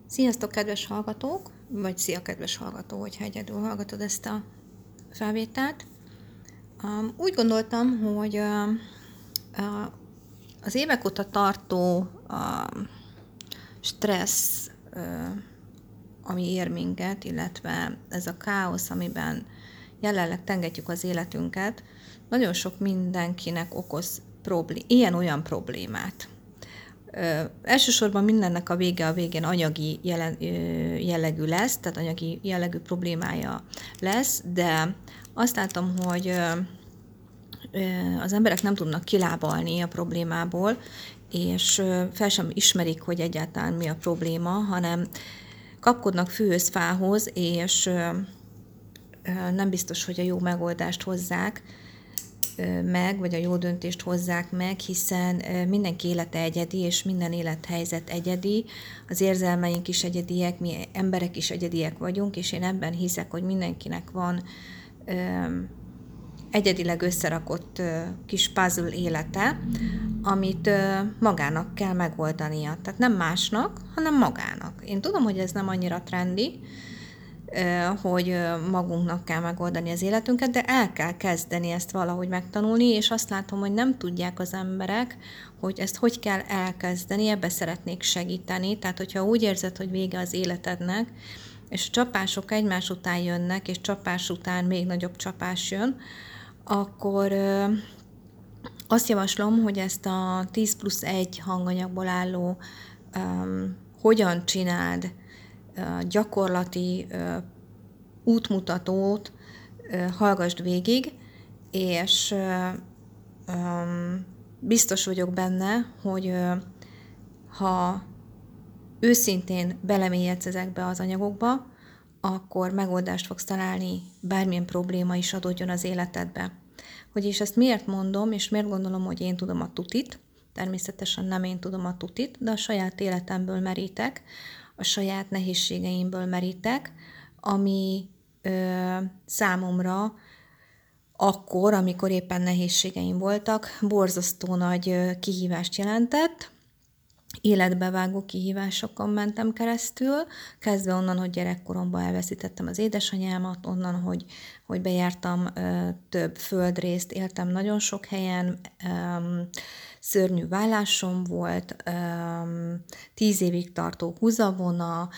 Sziasztok, kedves hallgatók! Vagy szia, kedves hallgató, hogyha egyedül hallgatod ezt a felvételt. Úgy gondoltam, hogy az évek óta tartó stressz, ami ér minket, illetve ez a káosz, amiben jelenleg tengetjük az életünket, nagyon sok mindenkinek okoz ilyen-olyan problémát. Elsősorban mindennek a végén anyagi jellegű lesz, tehát anyagi jellegű problémája lesz, de azt látom, hogy az emberek nem tudnak kilábalni a problémából, és fel sem ismerik, hogy egyáltalán mi a probléma, hanem kapkodnak fűhöz fához, és nem biztos, hogy a jó megoldást hozzák meg, vagy a jó döntést hozzák meg, hiszen mindenki élete egyedi, és minden élethelyzet egyedi, az érzelmeink is egyediek, mi emberek is egyediek vagyunk, és én ebben hiszek, hogy mindenkinek van egyedileg összerakott kis puzzle élete, amit magának kell megoldania. Tehát nem másnak, hanem magának. Én tudom, hogy ez nem annyira trendi, hogy magunknak kell megoldani az életünket, de el kell kezdeni ezt valahogy megtanulni, és azt látom, hogy nem tudják az emberek, hogy ezt hogy kell elkezdeni, ebbe szeretnék segíteni. Tehát, hogyha úgy érzed, hogy vége az életednek, és a csapások egymás után jönnek, és csapás után még nagyobb csapás jön, akkor azt javaslom, hogy ezt a 10+1 hanganyagból álló hogyan csináld gyakorlati útmutatót hallgasd végig, és biztos vagyok benne, hogy ha őszintén belemélyedsz ezekbe az anyagokba, akkor megoldást fogsz találni, bármilyen probléma is adódjon az életedbe. Hogy és ezt miért mondom, és miért gondolom, hogy én tudom a tutit, természetesen nem én tudom a tutit, de a saját életemből merítek, a saját nehézségeimből merítek, ami számomra akkor, amikor éppen nehézségeim voltak, borzasztó nagy kihívást jelentett, életbevágó kihívásokon mentem keresztül, kezdve onnan, hogy gyerekkoromban elveszítettem az édesanyámat, onnan, hogy bejártam több földrészt, éltem nagyon sok helyen, szörnyű vállásom volt, 10 évig tartó húzavona,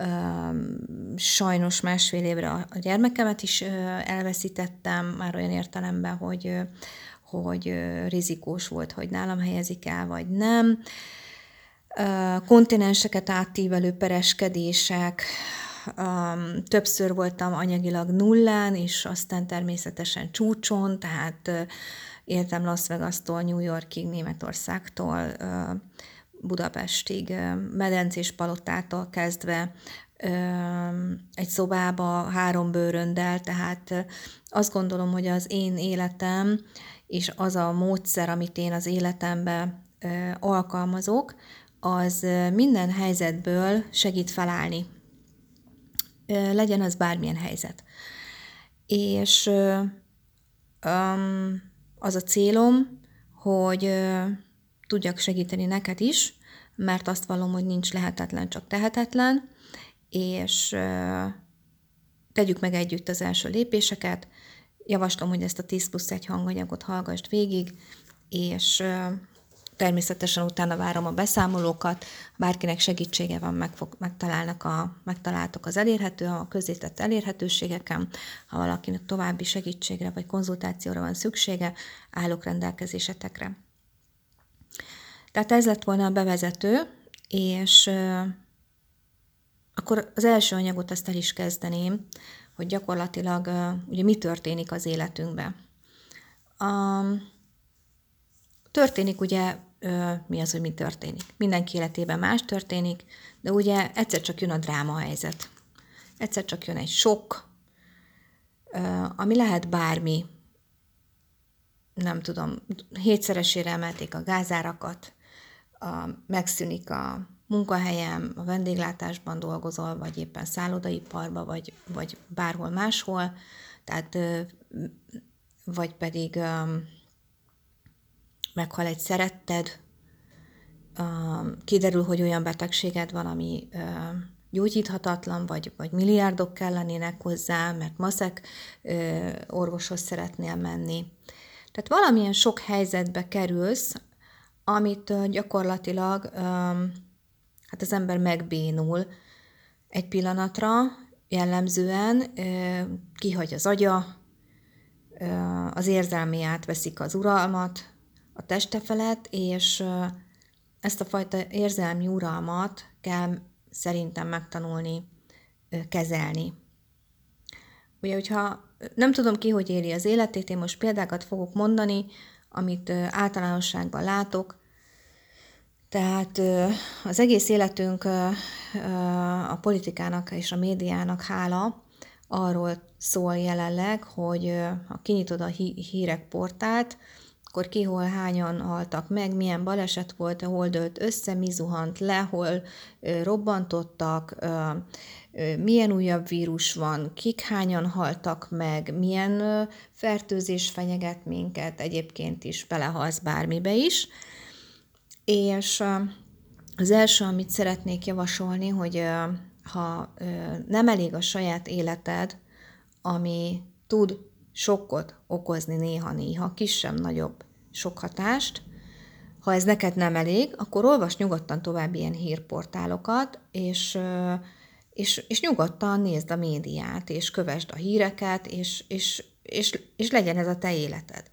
sajnos másfél évre a gyermekemet is elveszítettem, már olyan értelemben, hogy rizikós volt, hogy nálam helyezik el, vagy nem. Kontinenseket átívelő pereskedések, többször voltam anyagilag nullán, és aztán természetesen csúcson, tehát éltem Las Vegas-tól, New Yorkig, Németországtól, Budapestig, Medencés palotától kezdve egy szobába 3 bőröndel, tehát azt gondolom, hogy az én életem és az a módszer, amit én az életemben alkalmazok, az minden helyzetből segít felállni. Legyen az bármilyen helyzet. És az a célom, hogy tudjak segíteni neked is, mert azt vallom, hogy nincs lehetetlen, csak tehetetlen, és tegyük meg együtt az első lépéseket. Javaslom, hogy ezt a 10+1 hanganyagot hallgassd végig, és természetesen utána várom a beszámolókat, bárkinek segítsége van, megtaláltok az a közzétett elérhetőségeken, ha valakinek további segítségre vagy konzultációra van szüksége, állok rendelkezésetekre. Tehát ez lett volna a bevezető, és akkor az első anyagot azt el is kezdeném, hogy gyakorlatilag ugye mi történik az életünkben. Történik ugye, mi az, hogy mi történik. Mindenki életében más történik, de ugye egyszer csak jön a drámahelyzet. Egyszer csak jön egy sok, ami lehet bármi. Nem tudom, 7-szeresére emelték a gázárakat, megszűnik a munkahelyem, a vendéglátásban dolgozol, vagy éppen szállodaiparban, vagy bárhol máshol, tehát, vagy pedig meghal egy szeretted, kiderül, hogy olyan betegséged van, ami gyógyíthatatlan, vagy milliárdok kellenének hozzá, mert maszek orvoshoz szeretnél menni. Tehát valamilyen sok helyzetbe kerülsz, amit gyakorlatilag hát az ember megbénul egy pillanatra, jellemzően kihagy az agya, az érzelmi átveszik az uralmat a teste felett, és ezt a fajta érzelmi uralmat kell szerintem megtanulni kezelni. Ugye, hogyha nem tudom ki, hogy éli az életét, én most példákat fogok mondani, amit általánosságban látok. Tehát az egész életünk a politikának és a médiának hála arról szól jelenleg, hogy ha kinyitod a hírek portált, akkor ki, hol, hányan haltak meg, milyen baleset volt, hol dőlt össze, mi zuhant le, hol robbantottak, milyen újabb vírus van, kik hányan haltak meg, milyen fertőzés fenyeget minket, egyébként is belehalsz bármibe is. És az első, amit szeretnék javasolni, hogy ha nem elég a saját életed, ami tud sokkot okozni néha-néha, kisebb-nagyobb sok hatást, ha ez neked nem elég, akkor olvasd nyugodtan tovább ilyen hírportálokat, és nyugodtan nézd a médiát, és kövesd a híreket, és legyen ez a te életed.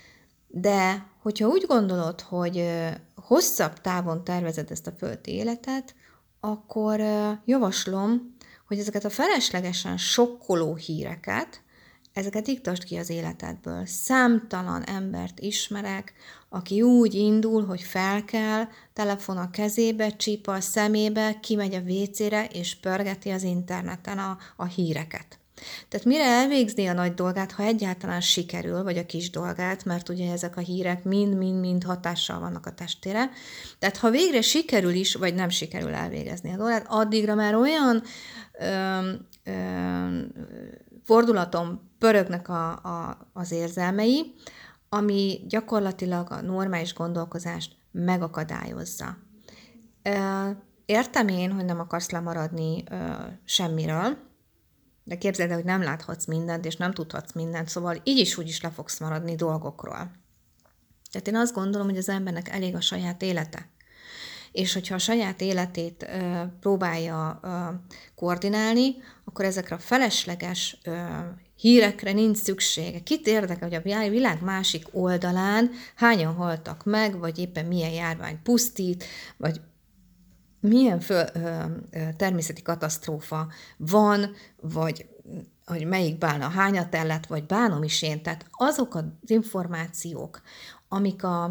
De hogyha úgy gondolod, hogy hosszabb távon tervezed ezt a földi életet, akkor javaslom, hogy ezeket a feleslegesen sokkoló híreket, ezeket iktasd ki az életedből. Számtalan embert ismerek, aki úgy indul, hogy felkel, telefon a kezébe, csípa a szemébe, kimegy a WC-re, és pörgeti az interneten a híreket. Tehát mire elvégzni a nagy dolgát, ha egyáltalán sikerül, vagy a kis dolgát, mert ugye ezek a hírek mind hatással vannak a testére. Tehát ha végre sikerül is, vagy nem sikerül elvégezni a dolgát, addigra már olyan fordulaton pörögnek az érzelmei, ami gyakorlatilag a normális gondolkozást megakadályozza. Értem én, hogy nem akarsz lemaradni semmiről, de képzeld el, hogy nem láthatsz mindent, és nem tudhatsz mindent, szóval így is úgy is le fogsz maradni dolgokról. Tehát én azt gondolom, hogy az embernek elég a saját élete. És hogyha a saját életét próbálja koordinálni, akkor ezekre a felesleges hírekre nincs szüksége. Kit érdekel, hogy a világ másik oldalán hányan haltak meg, vagy éppen milyen járvány pusztít, vagy milyen természeti katasztrófa van, vagy hogy melyik bálna hányat ellett, vagy bánom is én. Tehát azok az információk, amik a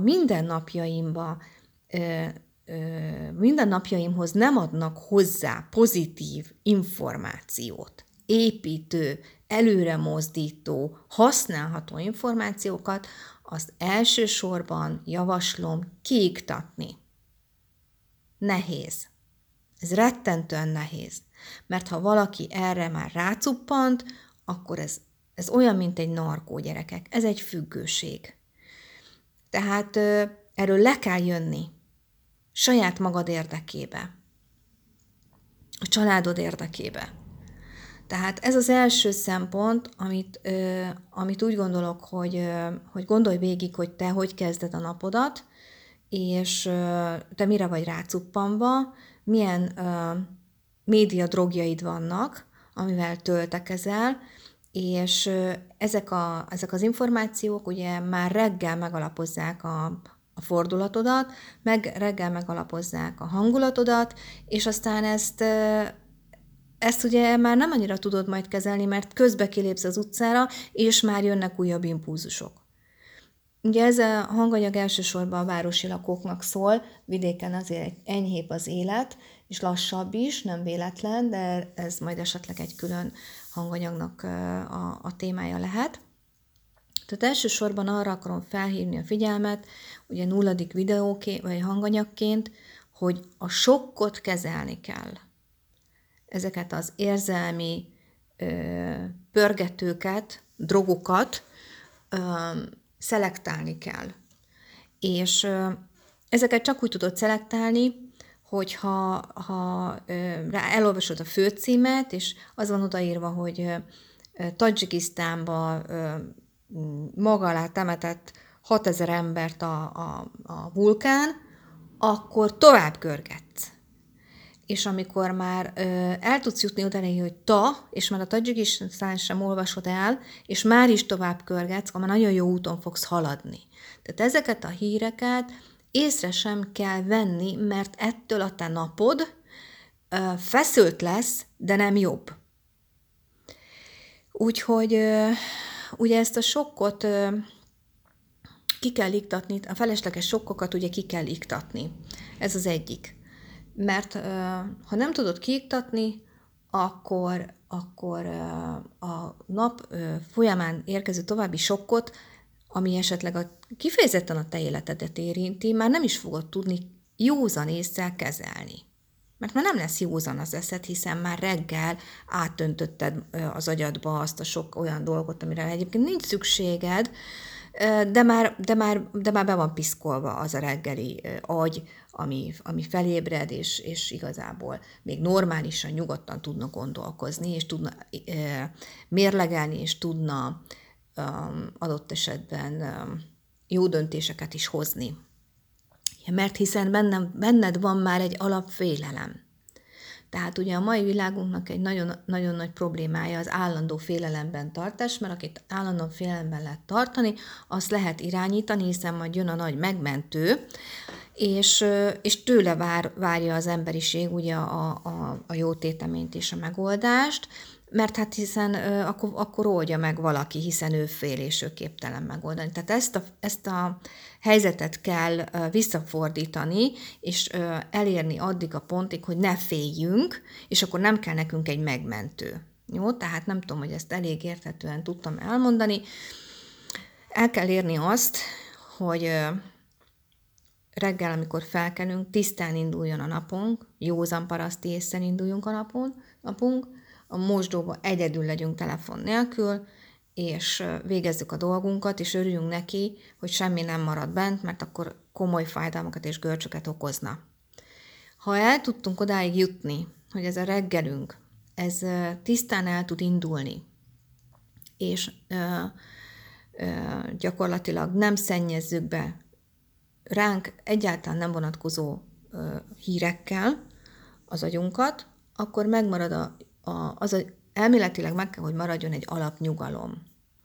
mindennapjaimhoz nem adnak hozzá pozitív információt, építő, előremozdító, használható információkat, azt elsősorban javaslom kiiktatni. Nehéz. Ez rettentően nehéz. Mert ha valaki erre már rácuppant, akkor ez olyan, mint egy narkó, gyerekek. Ez egy függőség. Tehát erről le kell jönni. Saját magad érdekébe. A családod érdekébe. Tehát ez az első szempont, amit úgy gondolok, hogy gondolj végig, hogy te hogy kezded a napodat, és te mire vagy rácuppanva, milyen média drogjaid vannak, amivel töltekezel, és ezek az információk ugye már reggel megalapozzák a fordulatodat, meg reggel megalapozzák a hangulatodat, és aztán ezt ugye már nem annyira tudod majd kezelni, mert közbe kilépsz az utcára, és már jönnek újabb impulzusok. Ugye ez a hanganyag elsősorban a városi lakóknak szól, vidéken azért enyhébb az élet, és lassabb is, nem véletlen, de ez majd esetleg egy külön hanganyagnak a témája lehet. Tehát elsősorban arra akarom felhívni a figyelmet, ugye 0. videóként, vagy hanganyagként, hogy a sokkot kezelni kell. Ezeket az érzelmi pörgetőket, drogokat szelektálni kell. És ezeket csak úgy tudod szelektálni, elolvasod a főcímet, és az van odaírva, hogy Tadzsikisztánba maga alá temetett 6000 embert a vulkán, akkor tovább görgetsz. És amikor már el tudsz jutni oda, hogy és már a Tadzsikisztán sem olvasod el, és már is tovább görgetsz, akkor már nagyon jó úton fogsz haladni. Tehát ezeket a híreket észre sem kell venni, mert ettől a te napod feszült lesz, de nem jobb. Úgyhogy ugye ezt a sokkot ki kell iktatni, a felesleges sokkokat ugye ki kell iktatni. Ez az egyik. Mert ha nem tudod kiiktatni, akkor a nap folyamán érkező további sokkot, ami esetleg kifejezetten a te életedet érinti, már nem is fogod tudni józan ésszel kezelni. Mert már nem lesz józan az eszed, hiszen már reggel átöntötted az agyadba azt a sok olyan dolgot, amire egyébként nincs szükséged, de már be van piszkolva az a reggeli agy, ami felébred, és igazából még normálisan, nyugodtan tudna gondolkozni, és tudna mérlegelni, és tudna adott esetben jó döntéseket is hozni. Mert hiszen benned van már egy alapfélelem. Tehát ugye a mai világunknak egy nagyon, nagyon nagy problémája az állandó félelemben tartás, mert akit állandóan félelemben lehet tartani, azt lehet irányítani, hiszen majd jön a nagy megmentő, és tőle várja az emberiség ugye a jó téteményt és a megoldást, mert hát hiszen akkor oldja meg valaki, hiszen ő fél és ő képtelen megoldani. Tehát ezt a helyzetet kell visszafordítani, és elérni addig a pontig, hogy ne féljünk, és akkor nem kell nekünk egy megmentő. Jó? Tehát nem tudom, hogy ezt elég érthetően tudtam elmondani. El kell érni azt, hogy reggel, amikor felkelünk, tisztán induljon a napunk, józan paraszti ésszel induljunk a napunk, a mosdóba egyedül legyünk telefon nélkül, és végezzük a dolgunkat, és örüljünk neki, hogy semmi nem marad bent, mert akkor komoly fájdalmakat és görcsöket okozna. Ha el tudtunk odáig jutni, hogy ez a reggelünk, ez tisztán el tud indulni, és gyakorlatilag nem szennyezzük be ránk egyáltalán nem vonatkozó hírekkel az agyunkat, akkor megmarad elméletileg meg kell, hogy maradjon egy alapnyugalom.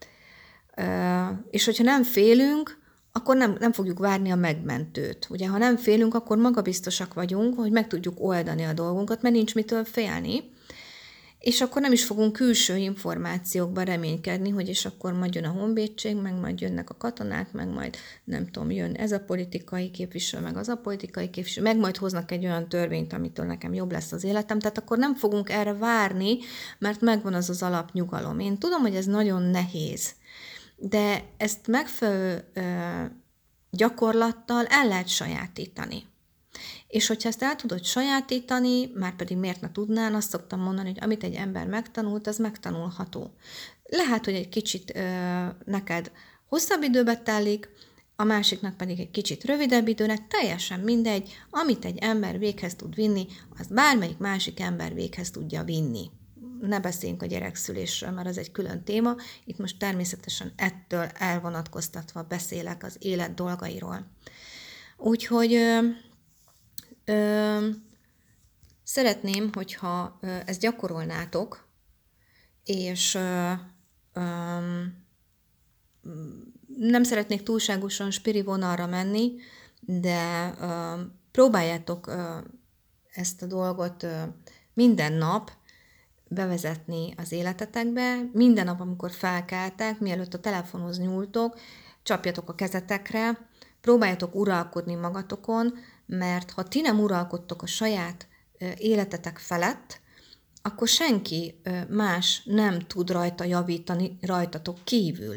És hogyha nem félünk, akkor nem fogjuk várni a megmentőt. Ugye, ha nem félünk, akkor magabiztosak vagyunk, hogy meg tudjuk oldani a dolgunkat, mert nincs mitől félni, és akkor nem is fogunk külső információkban reménykedni, hogy és akkor majd jön a honvédség, meg majd jönnek a katonák, meg majd nem tudom, jön ez a politikai képviselő, meg az a politikai képviselő, meg majd hoznak egy olyan törvényt, amitől nekem jobb lesz az életem, tehát akkor nem fogunk erre várni, mert megvan az az alapnyugalom. Én tudom, hogy ez nagyon nehéz, de ezt megfelelő gyakorlattal el lehet sajátítani. És hogyha ezt el tudod sajátítani, már pedig miért ne tudnál, azt szoktam mondani, hogy amit egy ember megtanult, az megtanulható. Lehet, hogy egy kicsit neked hosszabb időbe telik, a másiknak pedig egy kicsit rövidebb időnek, teljesen mindegy, amit egy ember véghez tud vinni, az bármelyik másik ember véghez tudja vinni. Ne beszéljünk a gyerekszülésről, mert az egy külön téma, itt most természetesen ettől elvonatkoztatva beszélek az élet dolgairól. Úgyhogy szeretném, hogyha ezt gyakorolnátok, és nem szeretnék túlságosan spiri vonalra menni, de próbáljátok ezt a dolgot minden nap bevezetni az életetekbe. Minden nap, amikor felkeltek, mielőtt a telefonhoz nyúltok, csapjatok a kezetekre, próbáljatok uralkodni magatokon, mert ha ti nem uralkodtok a saját életetek felett, akkor senki más nem tud rajta javítani rajtatok kívül.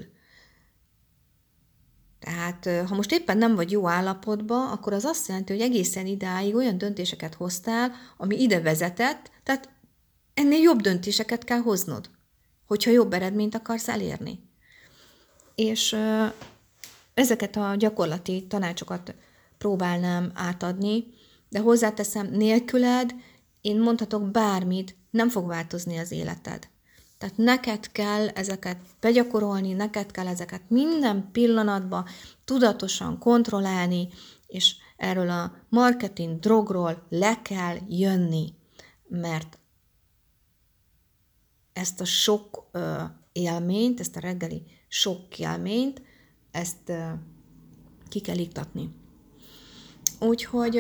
Tehát ha most éppen nem vagy jó állapotban, akkor az azt jelenti, hogy egészen idáig olyan döntéseket hoztál, ami ide vezetett, tehát ennél jobb döntéseket kell hoznod, hogyha jobb eredményt akarsz elérni. És ezeket a gyakorlati tanácsokat próbálnám átadni, De hozzáteszem, nélküled én mondhatok bármit, nem fog változni az életed. Tehát neked kell ezeket begyakorolni, neked kell ezeket minden pillanatban tudatosan kontrollálni, és erről a marketing drogról le kell jönni, mert ezt a sok élményt, ezt a reggeli sok élményt, ezt ki kell iktatni. Úgyhogy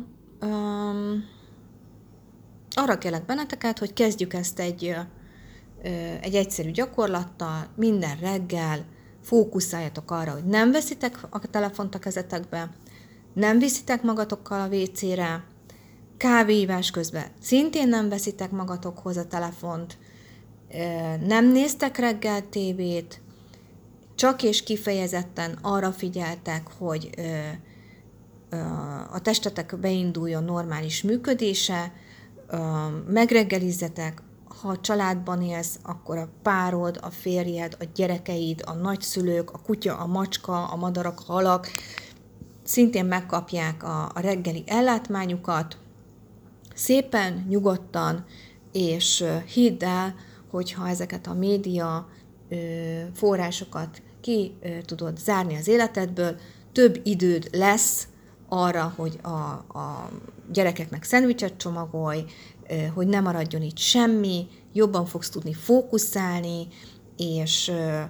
arra kérlek benneteket, hogy kezdjük ezt egy egyszerű gyakorlattal, minden reggel fókuszáljatok arra, hogy nem veszitek a telefont a kezetekbe, nem viszitek magatokkal a WC-re, kávéívás közben szintén nem veszitek magatokhoz a telefont, nem néztek reggel tévét, csak és kifejezetten arra figyeltek, hogy a testetek beinduljon normális működése, megreggelizzetek, ha a családban élsz, akkor a párod, a férjed, a gyerekeid, a nagyszülők, a kutya, a macska, a madarak, a halak szintén megkapják a reggeli ellátmányukat, szépen, nyugodtan, és hidd el, hogyha ezeket a média forrásokat ki tudod zárni az életedből, több időd lesz arra, hogy a gyerekeknek szendvicset csomagolj, hogy ne maradjon itt semmi, jobban fogsz tudni fókuszálni, és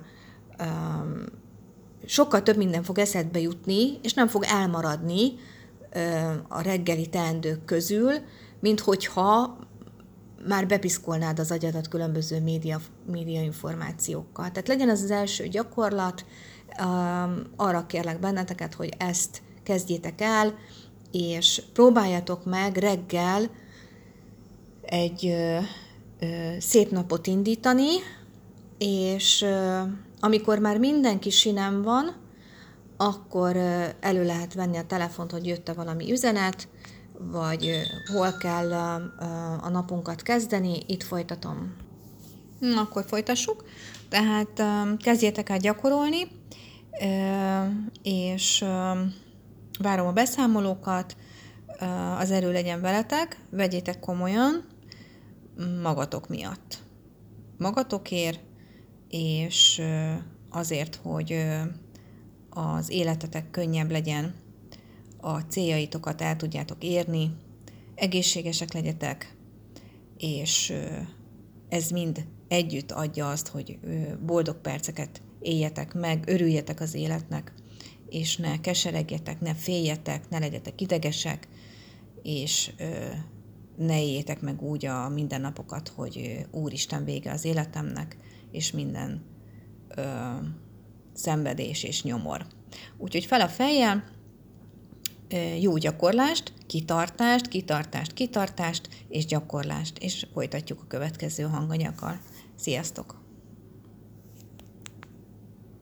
sokkal több minden fog eszedbe jutni, és nem fog elmaradni a reggeli teendők közül, mint hogyha már bepiszkolnád az agyadat különböző média információkkal. Tehát legyen ez az első gyakorlat, arra kérlek benneteket, hogy ezt kezdjétek el, és próbáljatok meg reggel egy szép napot indítani, és amikor már mindenki sinem van, akkor elő lehet venni a telefont, hogy jött-e valami üzenet, vagy hol kell a napunkat kezdeni, itt folytatom. Akkor folytassuk. Tehát kezdjétek el gyakorolni, és várom a beszámolókat, az erő legyen veletek, vegyétek komolyan magatok miatt. Magatokért, és azért, hogy az életetek könnyebb legyen, a céljaitokat el tudjátok érni, egészségesek legyetek, és ez mind együtt adja azt, hogy boldog perceket éljetek meg, örüljetek az életnek, és ne keseregjetek, ne féljetek, ne legyetek idegesek, és ne éljétek meg úgy a mindennapokat, hogy Úristen vége az életemnek, és minden szenvedés és nyomor. Úgyhogy fel a fejjel, jó gyakorlást, kitartást, és gyakorlást, és folytatjuk a következő hanganyaggal. Sziasztok!